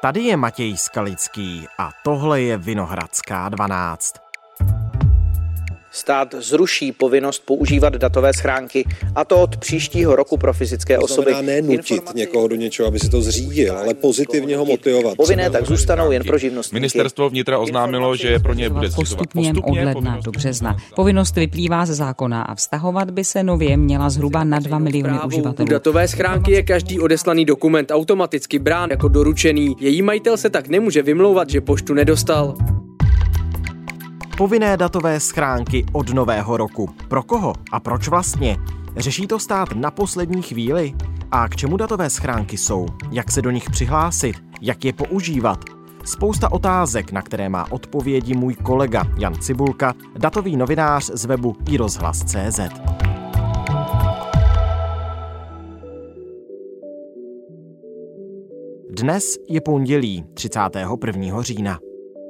Tady je Matěj Skalický a tohle je Vinohradská 12. Stát zruší povinnost používat datové schránky, a to od příštího roku pro fyzické osoby. To znamená nenutit někoho do něčeho, aby si to zřídil, ale pozitivně ho motivovat. Povinné tak zůstanou jen pro živnostníky. Ministerstvo vnitra oznámilo, že pro ně bude postupně od ledna do března. Povinnost vyplývá ze zákona a vztahovat by se nově měla zhruba na 2 miliony uživatelů. U datové schránky je každý odeslaný dokument automaticky brán jako doručený. Její majitel se tak nemůže vymlouvat, že poštu nedostal. Povinné datové schránky od nového roku. Pro koho a proč vlastně? Řeší to stát na poslední chvíli? A k čemu datové schránky jsou? Jak se do nich přihlásit? Jak je používat? Spousta otázek, na které má odpovědi můj kolega Jan Cibulka, datový novinář z webu iRozhlas.cz. Dnes je pondělí 31. října.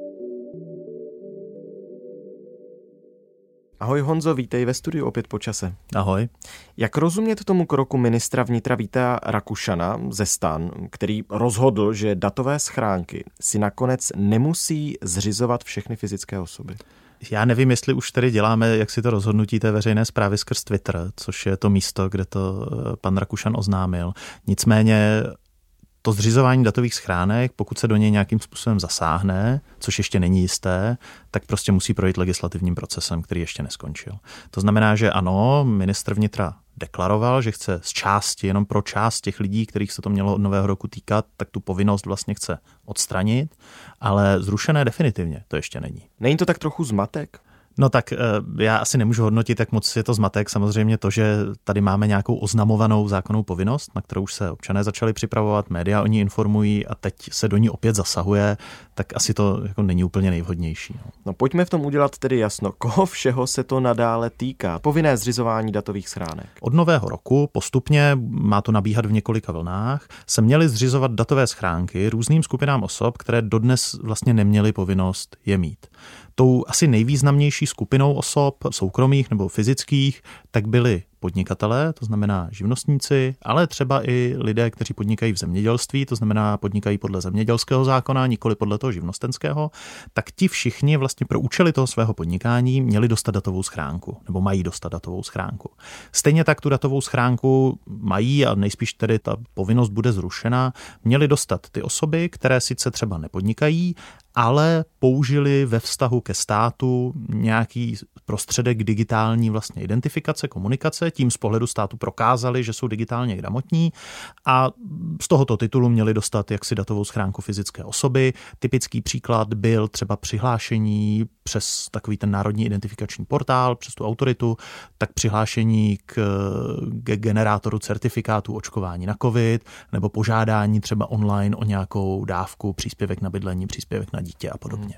Ahoj Honzo, vítej ve studiu opět po čase. Ahoj. Jak rozumět tomu kroku ministra vnitra Víta Rakušana ze STAN, který rozhodl, že datové schránky si nakonec nemusí zřizovat všechny fyzické osoby? Já nevím, jestli už tady děláme, jak si to rozhodnutí té veřejné správy skrz Twitter, což je to místo, kde to pan Rakušan oznámil. Nicméně to zřizování datových schránek, pokud se do něj nějakým způsobem zasáhne, což ještě není jisté, tak prostě musí projít legislativním procesem, který ještě neskončil. To znamená, že ano, ministr vnitra deklaroval, že chce z části, jenom pro část těch lidí, kterých se to mělo od nového roku týkat, tak tu povinnost vlastně chce odstranit, ale zrušené definitivně to ještě není. Není to tak trochu zmatek? No tak já asi nemůžu hodnotit, jak moc je to zmatek. Samozřejmě to, že tady máme nějakou oznamovanou zákonnou povinnost, na kterou už se občané začali připravovat, média o ní informují a teď se do ní opět zasahuje, tak asi to jako není úplně nejvhodnější. No pojďme v tom udělat tedy jasno, koho všeho se to nadále týká. Povinné zřizování datových schránek. Od nového roku postupně, má to nabíhat v několika vlnách, se měly zřizovat datové schránky různým skupinám osob, které dodnes vlastně neměly povinnost je mít. Tou asi nejvýznamnější skupinou osob, soukromých nebo fyzických, tak byli podnikatelé, to znamená živnostníci, ale třeba i lidé, kteří podnikají v zemědělství, to znamená podnikají podle zemědělského zákona, nikoli podle toho živnostenského, tak ti všichni vlastně pro účely toho svého podnikání měli dostat datovou schránku, nebo mají dostat datovou schránku. Stejně tak tu datovou schránku mají, a nejspíš tedy ta povinnost bude zrušena, měly dostat ty osoby, které sice třeba nepodnikají, ale použili ve vztahu ke státu nějaký prostředek digitální vlastně identifikace, komunikace, tím z pohledu státu prokázali, že jsou digitálně gramotní a z tohoto titulu měli dostat jaksi datovou schránku fyzické osoby. Typický příklad byl třeba přihlášení přes takový ten národní identifikační portál, přes tu autoritu, tak přihlášení k generátoru certifikátů očkování na COVID, nebo požádání třeba online o nějakou dávku, příspěvek na bydlení, příspěvek na dítě a podobně.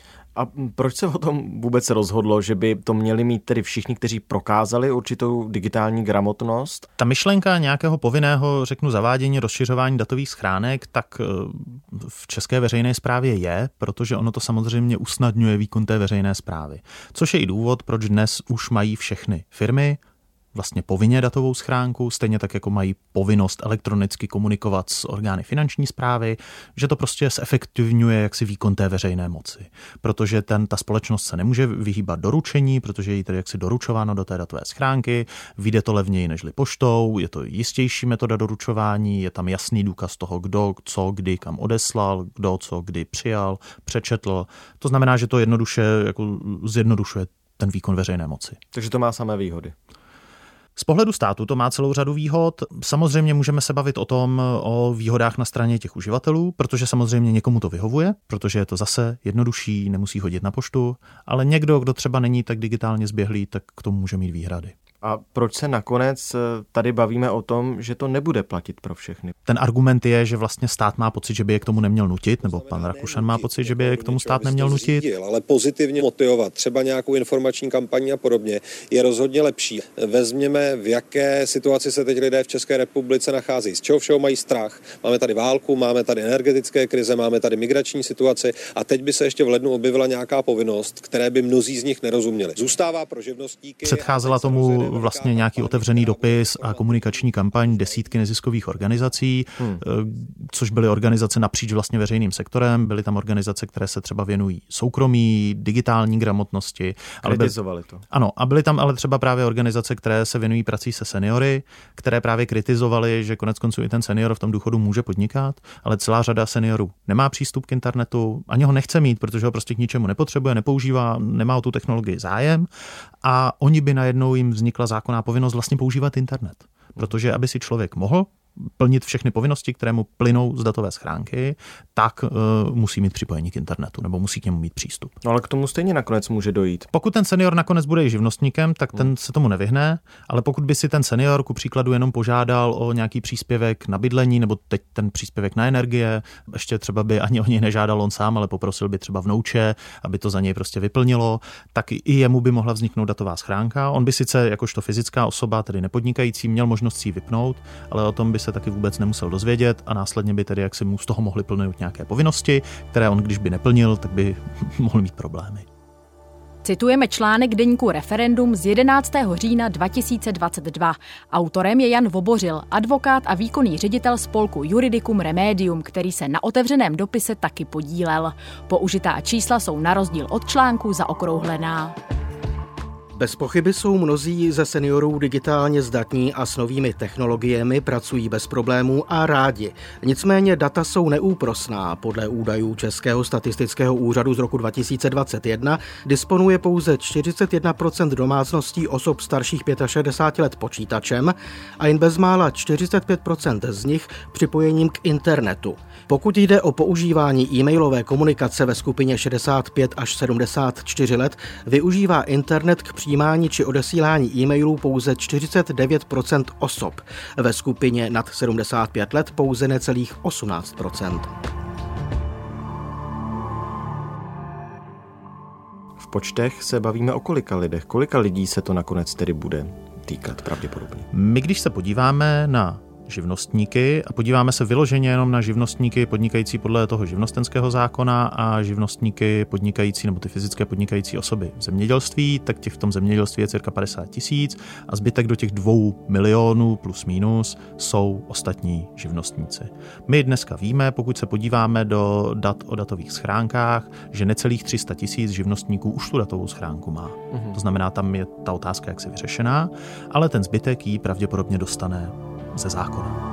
A proč se o tom vůbec rozhodlo, že by to měli mít tedy všichni, kteří prokázali určitou digitální gramotnost? Ta myšlenka nějakého povinného, zavádění, rozšiřování datových schránek, tak v české veřejné správě je, protože ono to samozřejmě usnadňuje výkon té veřejné správy. Což je i důvod, proč dnes už mají všechny firmy vlastně povinně datovou schránku, stejně tak jako mají povinnost elektronicky komunikovat s orgány finanční správy, že to prostě zefektivňuje jaksi výkon té veřejné moci. Protože ta společnost se nemůže vyhýbat doručení, protože je tedy jaksi doručováno do té datové schránky, vyjde to levněji nežli poštou, je to jistější metoda doručování, je tam jasný důkaz toho, kdo, co, kdy, kam odeslal, kdo, co, kdy přijal, přečetl. To znamená, že to jednoduše jako zjednodušuje ten výkon veřejné moci. Takže to má samé výhody. Z pohledu státu to má celou řadu výhod. Samozřejmě můžeme se bavit o výhodách na straně těch uživatelů, protože samozřejmě někomu to vyhovuje, protože je to zase jednodušší, nemusí hodit na poštu, ale někdo, kdo třeba není tak digitálně zběhlý, tak k tomu může mít výhrady. A proč se nakonec tady bavíme o tom, že to nebude platit pro všechny? Ten argument je, že vlastně stát má pocit, že by je k tomu neměl nutit, nebo pan Rakušan má pocit, že by je k tomu stát neměl nutit. Ale pozitivně motivovat, třeba nějakou informační kampaní a podobně, je rozhodně lepší. Vezměme, v jaké situaci se teď lidé v České republice nacházejí, z čeho všeho mají strach. Máme tady válku, máme tady energetické krize, máme tady migrační situaci a teď by se ještě v lednu objevila nějaká povinnost, které by mnozí z nich nerozuměli. Zůstává pro živnostníky. Předcházela tomu vlastně nějaký otevřený dopis a komunikační kampaň desítky neziskových organizací, což byly organizace napříč vlastně veřejným sektorem, byly tam organizace, které se třeba věnují soukromí, digitální gramotnosti. Kritizovali to. Ano, a byly tam ale třeba právě organizace, které se věnují prací se seniory, které právě kritizovali, že koneckonců i ten senior v tom důchodu může podnikat, ale celá řada seniorů nemá přístup k internetu, ani ho nechce mít, protože ho prostě k ničemu nepotřebuje, nepoužívá, nemá o tu technologii zájem a oni by najednou jim vznikla zákonná povinnost vlastně používat internet. Protože aby si člověk mohl plnit všechny povinnosti, které mu plynou z datové schránky, tak musí mít připojení k internetu nebo musí k němu mít přístup. No ale k tomu stejně nakonec může dojít. Pokud ten senior nakonec bude i živnostníkem, tak ten se tomu nevyhne, ale pokud by si ten senior ku příkladu jenom požádal o nějaký příspěvek na bydlení nebo teď ten příspěvek na energie, ještě třeba by ani o něj nežádal on sám, ale poprosil by třeba vnouče, aby to za něj prostě vyplnilo, tak i jemu by mohla vzniknout datová schránka. On by sice jakožto fyzická osoba, tedy nepodnikající, měl možnost si ji vypnout, ale o tom by se taky vůbec nemusel dozvědět a následně by tedy jaksi mu z toho mohly plnout nějaké povinnosti, které on když by neplnil, tak by mohl mít problémy. Citujeme článek deníku Referendum z 11. října 2022. Autorem je Jan Vobořil, advokát a výkonný ředitel spolku Juridicum Remedium, který se na otevřeném dopise taky podílel. Použitá čísla jsou na rozdíl od článku zaokrouhlená. Bez pochyby jsou mnozí ze seniorů digitálně zdatní a s novými technologiemi pracují bez problémů a rádi. Nicméně data jsou neúprosná. Podle údajů Českého statistického úřadu z roku 2021 disponuje pouze 41% domácností osob starších 65 let počítačem a jen bezmála 45% z nich připojením k internetu. Pokud jde o používání e-mailové komunikace ve skupině 65 až 74 let, využívá internet k přijímání či odesílání e-mailů pouze 49% osob. Ve skupině nad 75 let pouze necelých 18%. V počtech se bavíme o kolika lidech. Kolika lidí se to nakonec tedy bude týkat pravděpodobně? My, když se podíváme na živnostníky a podíváme se vyloženě jenom na živnostníky podnikající podle toho živnostenského zákona a živnostníky podnikající nebo ty fyzické podnikající osoby v zemědělství, tak těch v tom zemědělství je cirka 50 000 a zbytek do těch 2 milionů plus minus jsou ostatní živnostníci. My dneska víme, pokud se podíváme do dat o datových schránkách, že necelých 300 000 živnostníků už tu datovou schránku má. To znamená, tam je ta otázka jaksi vyřešená, ale ten zbytek ji pravděpodobně dostane ze zákona.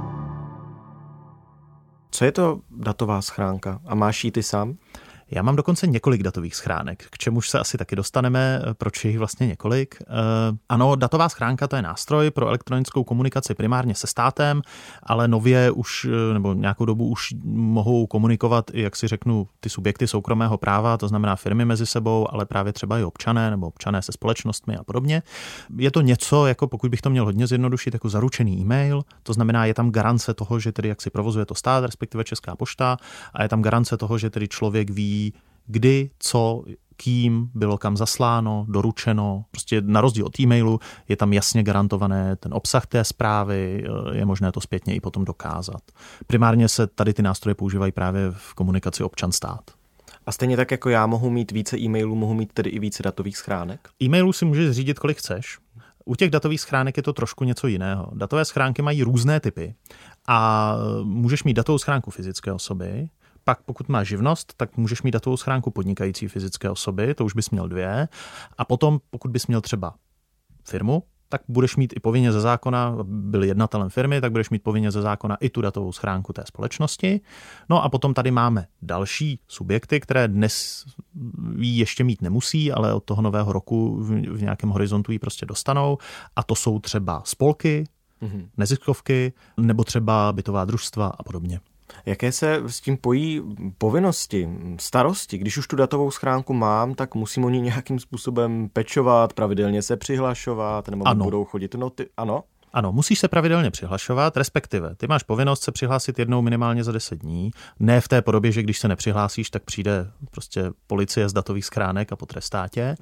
Co je to datová schránka? A máš ji ty sám? Já mám dokonce několik datových schránek, k čemuž se asi taky dostaneme, proč je jich vlastně několik. Ano, datová schránka to je nástroj pro elektronickou komunikaci primárně se státem, ale nově už, nebo nějakou dobu už mohou komunikovat i, jak si řeknu, ty subjekty soukromého práva, to znamená firmy mezi sebou, ale právě třeba i občané nebo občané se společnostmi a podobně. Je to něco, jako pokud bych to měl hodně zjednodušit, jako zaručený e-mail, to znamená, je tam garance toho, že tedy jak si provozuje to stát, respektive Česká pošta, a je tam garance toho, že tedy člověk ví, kdy, co, kým bylo kam zasláno, doručeno. Prostě na rozdíl od e-mailu je tam jasně garantované ten obsah té zprávy, je možné to zpětně i potom dokázat. Primárně se tady ty nástroje používají právě v komunikaci občan-stát. A stejně tak jako já mohu mít více e-mailů, mohu mít tedy i více datových schránek? E-mailů si můžeš zřídit, kolik chceš. U těch datových schránek je to trošku něco jiného. Datové schránky mají různé typy a můžeš mít datovou schránku fyzické osoby. Pak pokud máš živnost, tak můžeš mít datovou schránku podnikající fyzické osoby, to už bys měl 2. A potom, pokud bys měl třeba firmu, tak budeš mít i povinně ze zákona, byl jednatelem firmy, tak budeš mít povinně ze zákona i tu datovou schránku té společnosti. No a potom tady máme další subjekty, které dnes jí ještě mít nemusí, ale od toho nového roku v nějakém horizontu ji prostě dostanou. A to jsou třeba spolky, neziskovky, nebo třeba bytová družstva a podobně. Jaké se s tím pojí povinnosti, starosti? Když už tu datovou schránku mám, tak musím o ní nějakým způsobem pečovat, pravidelně se přihlašovat, nebo budou chodit noty? Ano? Ano, musíš se pravidelně přihlašovat, respektive ty máš povinnost se přihlásit jednou minimálně za 10 dní. Ne v té podobě, že když se nepřihlásíš, tak přijde prostě policie z datových schránek a potrestá tě.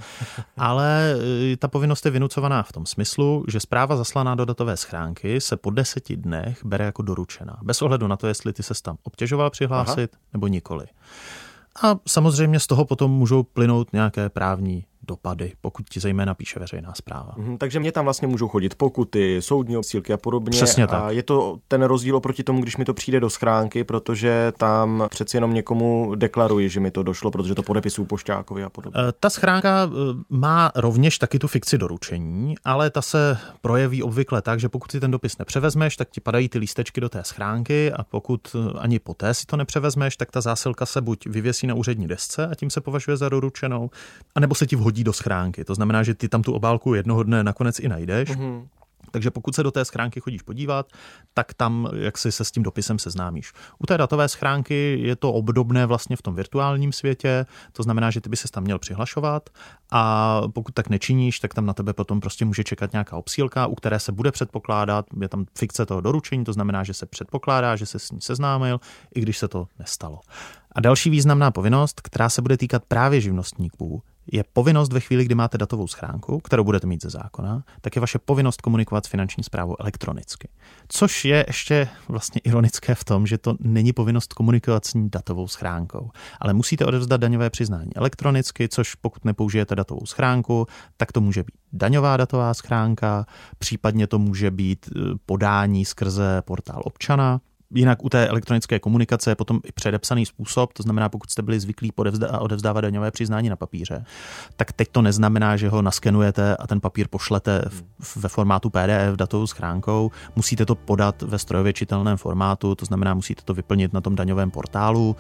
Ale ta povinnost je vynucovaná v tom smyslu, že zpráva zaslaná do datové schránky se po 10 dnech bere jako doručená. Bez ohledu na to, jestli ty ses tam obtěžoval přihlásit nebo nikoli. A samozřejmě z toho potom můžou plynout nějaké právní dopady, pokud ti zejména píše veřejná správa. Takže mě tam vlastně můžou chodit pokuty, soudní obsílky a podobně. Přesně tak. A je to ten rozdíl oproti tomu, když mi to přijde do schránky, protože tam přeci jenom někomu deklaruji, že mi to došlo, protože to podepisuju pošťákovi a podobně. Ta schránka má rovněž taky tu fikci doručení, ale ta se projeví obvykle tak, že pokud si ten dopis nepřevezmeš, tak ti padají ty lístečky do té schránky a pokud ani poté si to nepřevezmeš, tak ta zásilka se buď vyvěsí na úřední desce a tím se považuje za doručenou, anebo se ti vhodí do schránky. To znamená, že ty tam tu obálku jednoho dne nakonec i najdeš. Takže pokud se do té schránky chodíš podívat, tak tam jak si se s tím dopisem seznámíš. U té datové schránky je to obdobné vlastně v tom virtuálním světě, to znamená, že ty by ses tam měl přihlašovat a pokud tak nečiníš, tak tam na tebe potom prostě může čekat nějaká obsílka, u které se bude předpokládat, je tam fikce toho doručení, to znamená, že se předpokládá, že se s ní seznámil, i když se to nestalo. A další významná povinnost, která se bude týkat právě živnostníků, je povinnost ve chvíli, kdy máte datovou schránku, kterou budete mít ze zákona, tak je vaše povinnost komunikovat s finanční správou elektronicky. Což je ještě vlastně ironické v tom, že to není povinnost komunikovat s ní datovou schránkou, ale musíte odevzdat daňové přiznání elektronicky, což pokud nepoužijete datovou schránku, tak to může být daňová datová schránka, případně to může být podání skrze portál občana. Jinak u té elektronické komunikace je potom i předepsaný způsob, to znamená, pokud jste byli zvyklí odevzdávat daňové přiznání na papíře, tak teď to neznamená, že ho naskenujete a ten papír pošlete ve formátu PDF datovou schránkou. Musíte to podat ve strojově čitelném formátu, to znamená, musíte to vyplnit na tom daňovém portálu,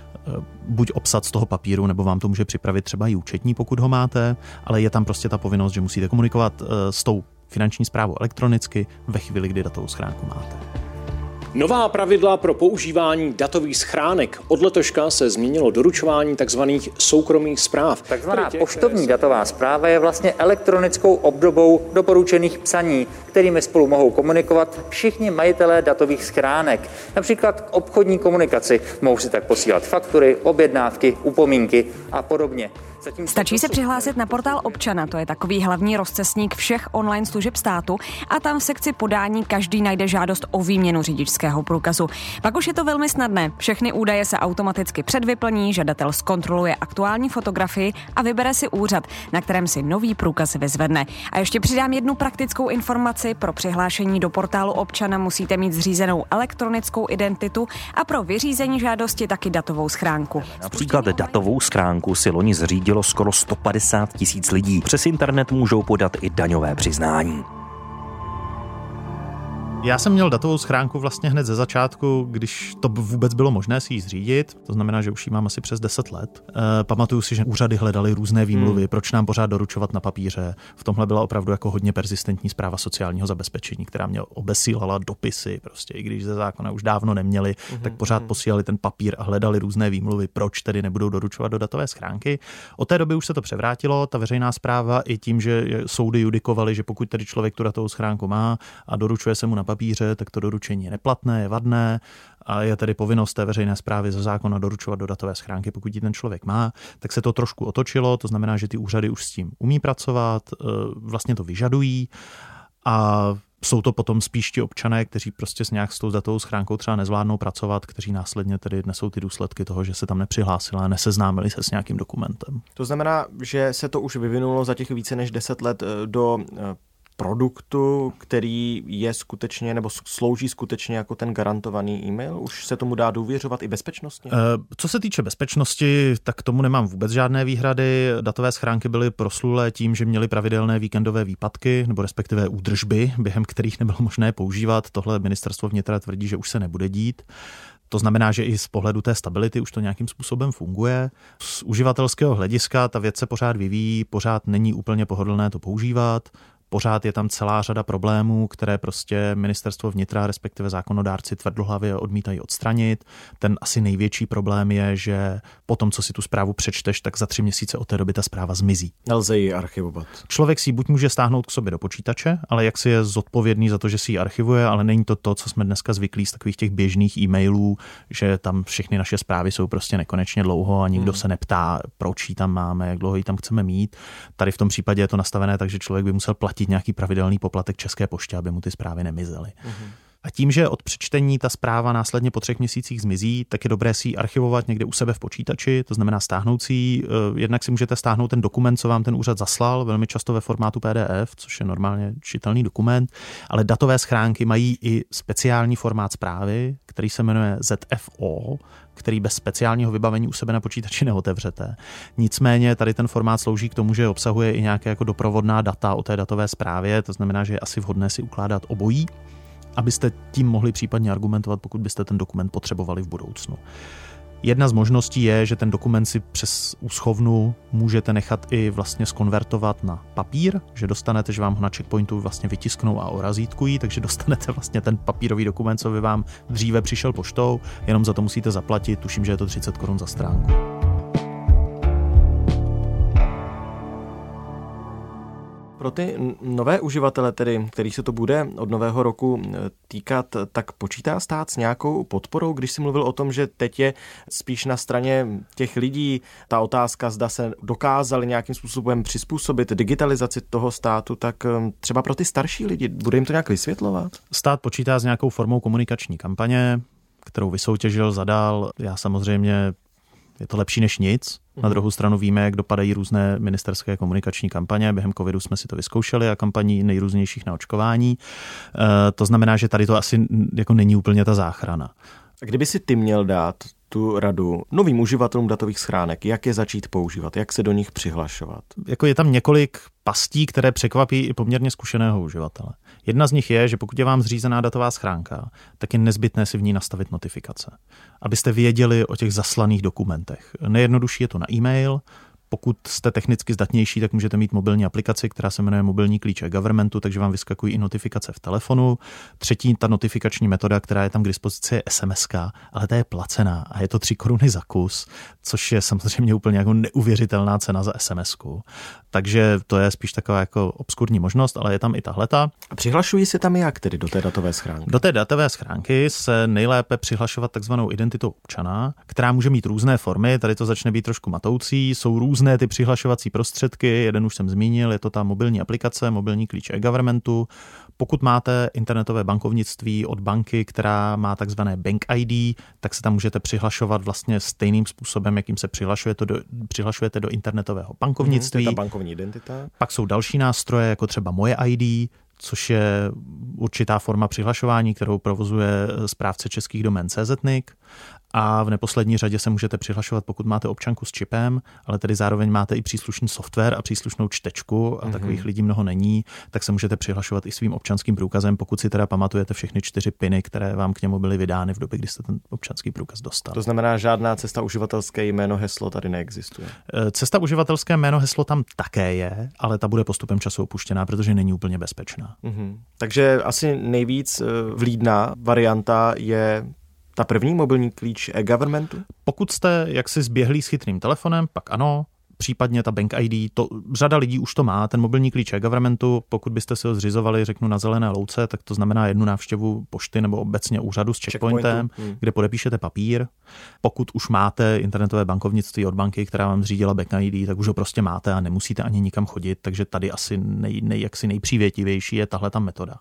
buď obsat z toho papíru, nebo vám to může připravit třeba i účetní, pokud ho máte, ale je tam prostě ta povinnost, že musíte komunikovat s tou finanční správou elektronicky ve chvíli, kdy datovou schránku máte. Nová pravidla pro používání datových schránek. Od letoška se změnilo doručování tzv. Soukromých zpráv. Takzvaná poštovní datová zpráva je vlastně elektronickou obdobou doporučených psaní, kterými spolu mohou komunikovat všichni majitelé datových schránek. Například k obchodní komunikaci mohou si tak posílat faktury, objednávky, upomínky a podobně. Stačí se přihlásit na portál občana, to je takový hlavní rozcestník všech online služeb státu a tam v sekci podání každý najde žádost o výměnu řidičského průkazu. Pak už je to velmi snadné, všechny údaje se automaticky předvyplní, žadatel zkontroluje aktuální fotografii a vybere si úřad, na kterém si nový průkaz vyzvedne. A ještě přidám jednu praktickou informaci, pro přihlášení do portálu občana musíte mít zřízenou elektronickou identitu a pro vyřízení žádosti taky datovou schránku. Například datovou schránku si loni zřídilo skoro 150 000 lidí. Přes internet můžou podat i daňové přiznání. Já jsem měl datovou schránku vlastně hned ze začátku, když to vůbec bylo možné si ji zřídit, to znamená, že už ji mám asi přes 10 let. Pamatuju si, že úřady hledaly různé výmluvy, proč nám pořád doručovat na papíře. V tomhle byla opravdu jako hodně persistentní správa sociálního zabezpečení, která mě obesílala dopisy, prostě i když ze zákona už dávno neměli, tak pořád posílali ten papír a hledali různé výmluvy, proč tedy nebudou doručovat do datové schránky. Od té doby už se to převrátilo, ta veřejná správa i tím, že soudy judikovaly, že pokud tedy člověk tu datovou schránku má a doručuje se mu na papíře, tak to doručení je neplatné, je vadné a je tedy povinnost té veřejné správy ze zákona doručovat do datové schránky, pokud ji ten člověk má, tak se to trošku otočilo, to znamená, že ty úřady už s tím umí pracovat, vlastně to vyžadují a jsou to potom spíš ti občané, kteří prostě s tou datovou schránkou třeba nezvládnou pracovat, kteří následně tedy nesou ty důsledky toho, že se tam nepřihlásili a neseznámili se s nějakým dokumentem. To znamená, že se to už vyvinulo za těch více než 10 let do produktu, který je skutečně nebo slouží skutečně jako ten garantovaný e-mail? Už se tomu dá důvěřovat i bezpečnostně? Co se týče bezpečnosti, tak k tomu nemám vůbec žádné výhrady. Datové schránky byly proslulé tím, že měly pravidelné víkendové výpadky nebo respektive údržby, během kterých nebylo možné používat. Tohle ministerstvo vnitra tvrdí, že už se nebude dít. To znamená, že i z pohledu té stability už to nějakým způsobem funguje. Z uživatelského hlediska ta věc se pořád vyvíjí, pořád není úplně pohodlné to používat. Pořád je tam celá řada problémů, které prostě ministerstvo vnitra, respektive zákonodárci tvrdohlavě odmítají odstranit. Ten asi největší problém je, že po tom, co si tu zprávu přečteš, tak za 3 měsíce od té doby ta zpráva zmizí. Nelze ji archivovat. Člověk si ji buď může stáhnout k sobě do počítače, ale jak si je zodpovědný za to, že si ji archivuje, ale není to to, co jsme dneska zvyklí z takových těch běžných e-mailů, že tam všechny naše zprávy jsou prostě nekonečně dlouho a nikdo se neptá, proč ji tam máme, jak dlouho ji tam chceme mít. Tady v tom případě je to nastavené tak, že člověk by musel platit nějaký pravidelný poplatek České poště, aby mu ty zprávy nemizely. A tím, že od přečtení ta zpráva následně po 3 měsících zmizí, tak je dobré si ji archivovat někde u sebe v počítači, to znamená stáhnout si ji. Jednak si můžete stáhnout ten dokument, co vám ten úřad zaslal, velmi často ve formátu PDF, což je normálně čitelný dokument, ale datové schránky mají i speciální formát zprávy, který se jmenuje ZFO, který bez speciálního vybavení u sebe na počítači neotevřete. Nicméně tady ten formát slouží k tomu, že obsahuje i nějaké jako doprovodná data o té datové zprávě, to znamená, že je asi vhodné si ukládat obojí, abyste tím mohli případně argumentovat, pokud byste ten dokument potřebovali v budoucnu. Jedna z možností je, že ten dokument si přes úschovnu můžete nechat i vlastně skonvertovat na papír, že dostanete, že vám ho na checkpointu vlastně vytisknou a orazítkují, takže dostanete vlastně ten papírový dokument, co by vám dříve přišel poštou, jenom za to musíte zaplatit, tuším, že je to 30 korun za stránku. Pro ty nové uživatele, tedy, kterých se to bude od nového roku týkat, tak počítá stát s nějakou podporou, když jsi mluvil o tom, že teď je spíš na straně těch lidí ta otázka, zda se dokázali nějakým způsobem přizpůsobit digitalizaci toho státu, tak třeba pro ty starší lidi, bude jim to nějak vysvětlovat? Stát počítá s nějakou formou komunikační kampaně, kterou vysoutěžil, zadal. Já samozřejmě je to lepší než nic. Na druhou stranu víme, jak dopadají různé ministerské komunikační kampaně. Během covidu jsme si to vyzkoušeli a kampaní nejrůznějších na očkování. To znamená, že tady to asi jako není úplně ta záchrana. A kdyby si ty měl dát tu radu novým uživatelům datových schránek, jak je začít používat, jak se do nich přihlašovat? Jako je tam několik pastí, které překvapí i poměrně zkušeného uživatele. Jedna z nich je, že pokud je vám zřízená datová schránka, tak je nezbytné si v ní nastavit notifikace, abyste věděli o těch zaslaných dokumentech. Nejjednodušší je to na e-mail. Pokud jste technicky zdatnější, tak můžete mít mobilní aplikaci, která se jmenuje mobilní klíč e-governmentu, takže vám vyskakují i notifikace v telefonu. Třetí, ta notifikační metoda, která je tam k dispozici, je SMS-ka, ale ta je placená a je to 3 koruny za kus, což je samozřejmě úplně jako neuvěřitelná cena za SMS-ku. Takže to je spíš taková jako obskurní možnost, ale je tam i tahleta. A přihlašují se tam jak tedy do té datové schránky? Do té datové schránky se nejlépe přihlašovat takzvanou identitou občana, která může mít různé formy, tady to začne být trošku matoucí, jsou různé ty přihlašovací prostředky, jeden už jsem zmínil, je to ta mobilní aplikace, mobilní klíč e-governmentu. Pokud máte internetové bankovnictví od banky, která má takzvané Bank ID, tak se tam můžete přihlašovat vlastně stejným způsobem, jakým se přihlašujete do internetového bankovnictví. To je ta bankovní identita. Pak jsou další nástroje, jako třeba Moje ID, což je určitá forma přihlašování, kterou provozuje správce českých domén CZ.NIC. A v neposlední řadě se můžete přihlašovat, pokud máte občanku s čipem, ale tedy zároveň máte i příslušný software a příslušnou čtečku a takových lidí mnoho není, tak se můžete přihlašovat i svým občanským průkazem, pokud si teda pamatujete všechny 4 piny, které vám k němu byly vydány v době, kdy jste ten občanský průkaz dostal. To znamená, žádná cesta uživatelské jméno heslo tady neexistuje. Cesta uživatelské jméno heslo tam také je, ale ta bude postupem času opuštěná, protože není úplně bezpečná. Takže asi nejvíc vlídná varianta je ta první mobilní klíč e-governmentu? Pokud jste jaksi zběhlí s chytrým telefonem, pak ano, případně ta Bank ID, to řada lidí už to má, ten mobilní klíč e-governmentu, pokud byste si ho zřizovali, řeknu, na zelené louce, tak to znamená jednu návštěvu pošty nebo obecně úřadu s checkpointem, kde podepíšete papír. Pokud už máte internetové bankovnictví od banky, která vám zřídila Bank ID, tak už ho prostě máte a nemusíte ani nikam chodit, takže tady asi nejpřívětivější je tahle ta metoda.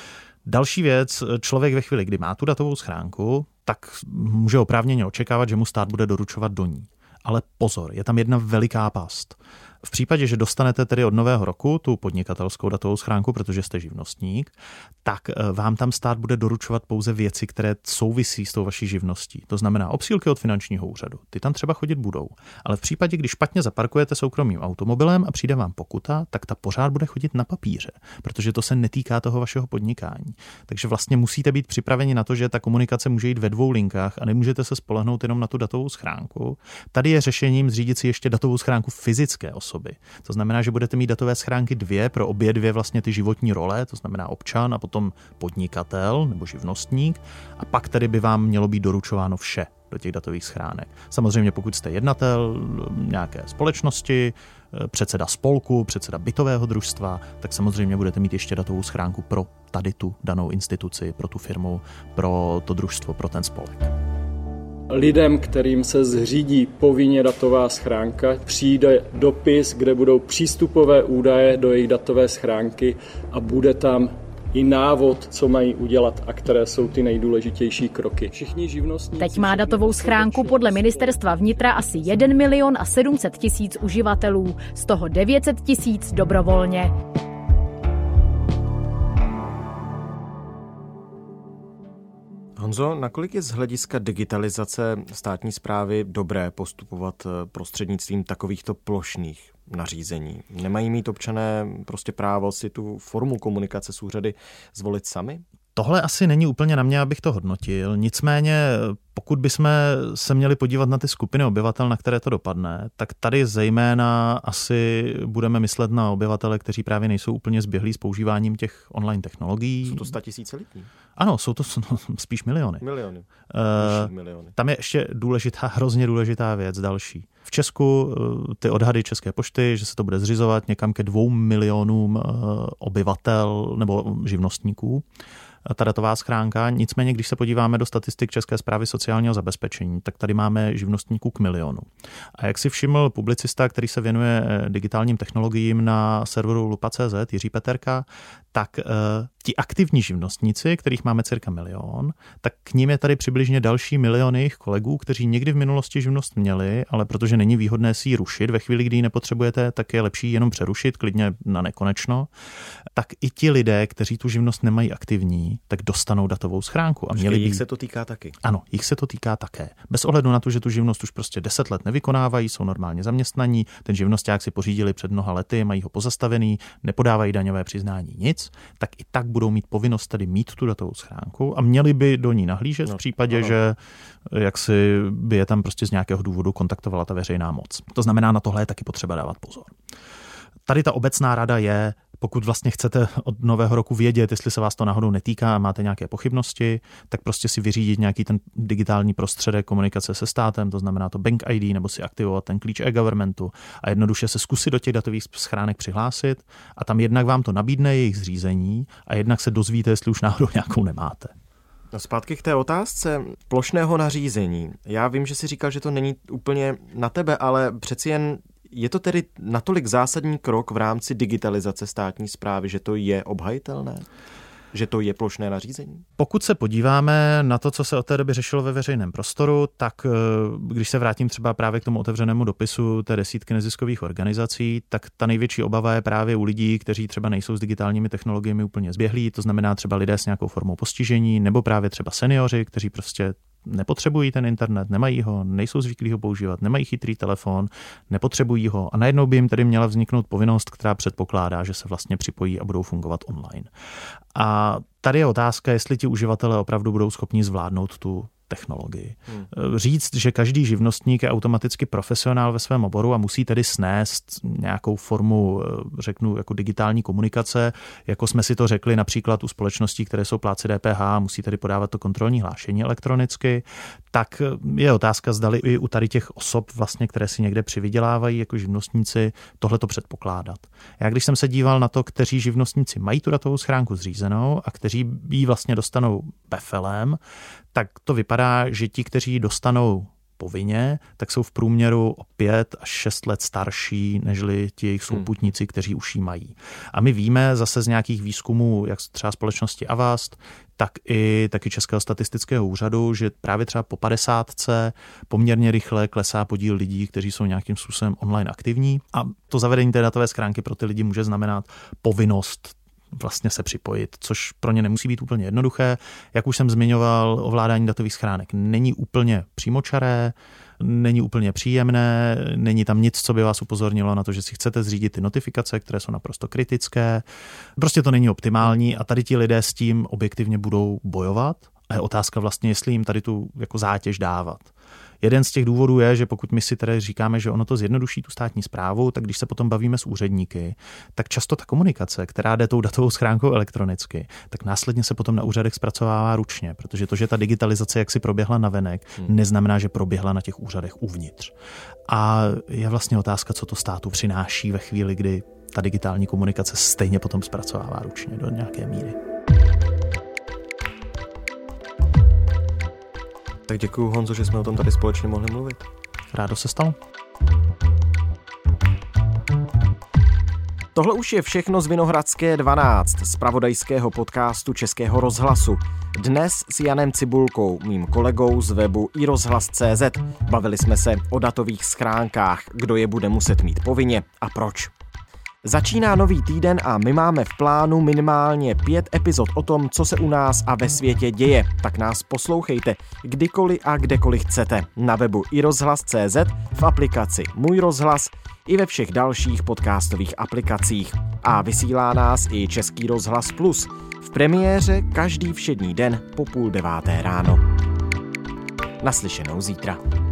Další věc, člověk ve chvíli, kdy má tu datovou schránku, tak může oprávněně očekávat, že mu stát bude doručovat do ní. Ale pozor, je tam jedna veliká past. V případě, že dostanete tedy od nového roku tu podnikatelskou datovou schránku, protože jste živnostník, tak vám tam stát bude doručovat pouze věci, které souvisí s tou vaší živností. To znamená obsílky od finančního úřadu. Ty tam třeba chodit budou. Ale v případě, když špatně zaparkujete soukromým automobilem a přijde vám pokuta, tak ta pořád bude chodit na papíře, protože to se netýká toho vašeho podnikání. Takže vlastně musíte být připraveni na to, že ta komunikace může jít ve 2 linkách a nemůžete se spolehnout jenom na tu datovou schránku. Tady je řešením zřídit si ještě datovou schránku fyzické osoby. To znamená, že budete mít datové schránky 2 pro obě 2 vlastně ty životní role, to znamená občan a potom podnikatel nebo živnostník, a pak tedy by vám mělo být doručováno vše do těch datových schránek. Samozřejmě pokud jste jednatel nějaké společnosti, předseda spolku, předseda bytového družstva, tak samozřejmě budete mít ještě datovou schránku pro tady tu danou instituci, pro tu firmu, pro to družstvo, pro ten spolek. Lidem, kterým se zřídí povinně datová schránka, přijde dopis, kde budou přístupové údaje do jejich datové schránky a bude tam i návod, co mají udělat a které jsou ty nejdůležitější kroky. Všichni živnostníci... Teď má datovou schránku podle Ministerstva vnitra asi 1 700 000 uživatelů, z toho 900 000 dobrovolně. Honzo, nakolik je z hlediska digitalizace státní správy dobré postupovat prostřednictvím takovýchto plošných nařízení? Nemají mít občané prostě právo si tu formu komunikace s úřady zvolit sami? Tohle asi není úplně na mě, abych to hodnotil. Nicméně, pokud bychom se měli podívat na ty skupiny obyvatel, na které to dopadne, tak tady zejména asi budeme myslet na obyvatele, kteří právě nejsou úplně zběhlí s používáním těch online technologií. Jsou to 100 000 lidí? Ano, jsou to spíš miliony. Miliony. Tam je ještě hrozně důležitá věc další. V Česku ty odhady České pošty, že se to bude zřizovat někam ke 2 milionům obyvatel nebo živnostníků, ta datová schránka. Nicméně, když se podíváme do statistik České správy sociálního zabezpečení, tak tady máme živnostníků k 1 milionu. A jak si všiml publicista, který se věnuje digitálním technologiím na serveru lupa.cz, Jiří Peterka, tak ti aktivní živnostníci, kterých máme cirka 1 milion, tak k ním je tady přibližně další milion jejich kolegů, kteří někdy v minulosti živnost měli, ale protože není výhodné si ji rušit ve chvíli, kdy ji nepotřebujete, tak je lepší jenom přerušit, klidně na nekonečno. Tak i ti lidé, kteří tu živnost nemají aktivní, tak dostanou datovou schránku. A jich se to týká taky. Ano, jich se to týká také. Bez ohledu na to, že tu živnost už prostě 10 let nevykonávají, jsou normálně zaměstnaní, ten živnosták si pořídili před mnoha lety, mají ho pozastavený, nepodávají daňové přiznání, nic, tak i tak budou mít povinnost tady mít tu datovou schránku a měli by do ní nahlížet v případě, že jaksi by je tam prostě z nějakého důvodu kontaktovala ta veřejná moc. To znamená, na tohle je taky potřeba dávat pozor. Tady ta obecná rada je, pokud vlastně chcete od nového roku vědět, jestli se vás to náhodou netýká a máte nějaké pochybnosti, tak prostě si vyřídit nějaký ten digitální prostředek komunikace se státem, to znamená to Bank ID, nebo si aktivovat ten klíč e-governmentu a jednoduše se zkusit do těch datových schránek přihlásit a tam jednak vám to nabídne jejich zřízení a jednak se dozvíte, jestli už náhodou nějakou nemáte. No zpátky k té otázce plošného nařízení. Já vím, že jsi říkal, že to není úplně na tebe, ale přeci jen je to tedy natolik zásadní krok v rámci digitalizace státní správy, že to je obhajitelné? Že to je plošné nařízení? Pokud se podíváme na to, co se od té doby řešilo ve veřejném prostoru, tak když se vrátím třeba právě k tomu otevřenému dopisu té 10 neziskových organizací, tak ta největší obava je právě u lidí, kteří třeba nejsou s digitálními technologiemi úplně zběhlí, to znamená třeba lidé s nějakou formou postižení, nebo právě třeba seniori, kteří prostě nepotřebují ten internet, nemají ho, nejsou zvyklí ho používat, nemají chytrý telefon, nepotřebují ho a najednou by jim tedy měla vzniknout povinnost, která předpokládá, že se vlastně připojí a budou fungovat online. A tady je otázka, jestli ti uživatelé opravdu budou schopni zvládnout tu technologii. Říct, že každý živnostník je automaticky profesionál ve svém oboru a musí tedy snést nějakou formu, řeknu, jako digitální komunikace, jako jsme si to řekli například u společností, které jsou plátci DPH a musí tedy podávat to kontrolní hlášení elektronicky, tak je otázka, zdali i u tady těch osob, vlastně, které si někde přivydělávají jako živnostníci, tohle to předpokládat. Já když jsem se díval na to, kteří živnostníci mají tu datovou schránku zřízenou a kteří ji vlastně dostanou befelem, tak to vypadá, že ti, kteří dostanou povinně, tak jsou v průměru o 5 až 6 let starší, nežli ti jejich souputníci, kteří už ji mají. A my víme zase z nějakých výzkumů, jak třeba společnosti Avast, tak i taky Českého statistického úřadu, že právě třeba po 50 poměrně rychle klesá podíl lidí, kteří jsou nějakým způsobem online aktivní. A to zavedení té datové schránky pro ty lidi může znamenat povinnost vlastně se připojit, což pro ně nemusí být úplně jednoduché. Jak už jsem zmiňoval, ovládání datových schránek není úplně přímočaré, není úplně příjemné, není tam nic, co by vás upozornilo na to, že si chcete zřídit ty notifikace, které jsou naprosto kritické. Prostě to není optimální a tady ti lidé s tím objektivně budou bojovat. A je otázka vlastně, jestli jim tady tu jako zátěž dávat. Jeden z těch důvodů je, že pokud my si tedy říkáme, že ono to zjednoduší tu státní správu, tak když se potom bavíme s úředníky, tak často ta komunikace, která jde tou datovou schránkou elektronicky, tak následně se potom na úřadech zpracovává ručně, protože to, že ta digitalizace jaksi proběhla navenek, neznamená, že proběhla na těch úřadech uvnitř. A je vlastně otázka, co to státu přináší ve chvíli, kdy ta digitální komunikace stejně potom zpracovává ručně do nějaké míry. Tak děkuju, Honzo, že jsme o tom tady společně mohli mluvit. Rádo se stalo. Tohle už je všechno z Vinohradské 12, z zpravodajského podcastu Českého rozhlasu. Dnes s Janem Cibulkou, mým kolegou z webu iRozhlas.cz. Bavili jsme se o datových schránkách, kdo je bude muset mít povinně a proč. Začíná nový týden a my máme v plánu minimálně 5 epizod o tom, co se u nás a ve světě děje. Tak nás poslouchejte kdykoliv a kdekoliv chcete. Na webu iRozhlas.cz, v aplikaci Můj rozhlas i ve všech dalších podcastových aplikacích. A vysílá nás i Český rozhlas Plus. V premiéře každý všední den po 8:30 ráno. Naslyšenou zítra.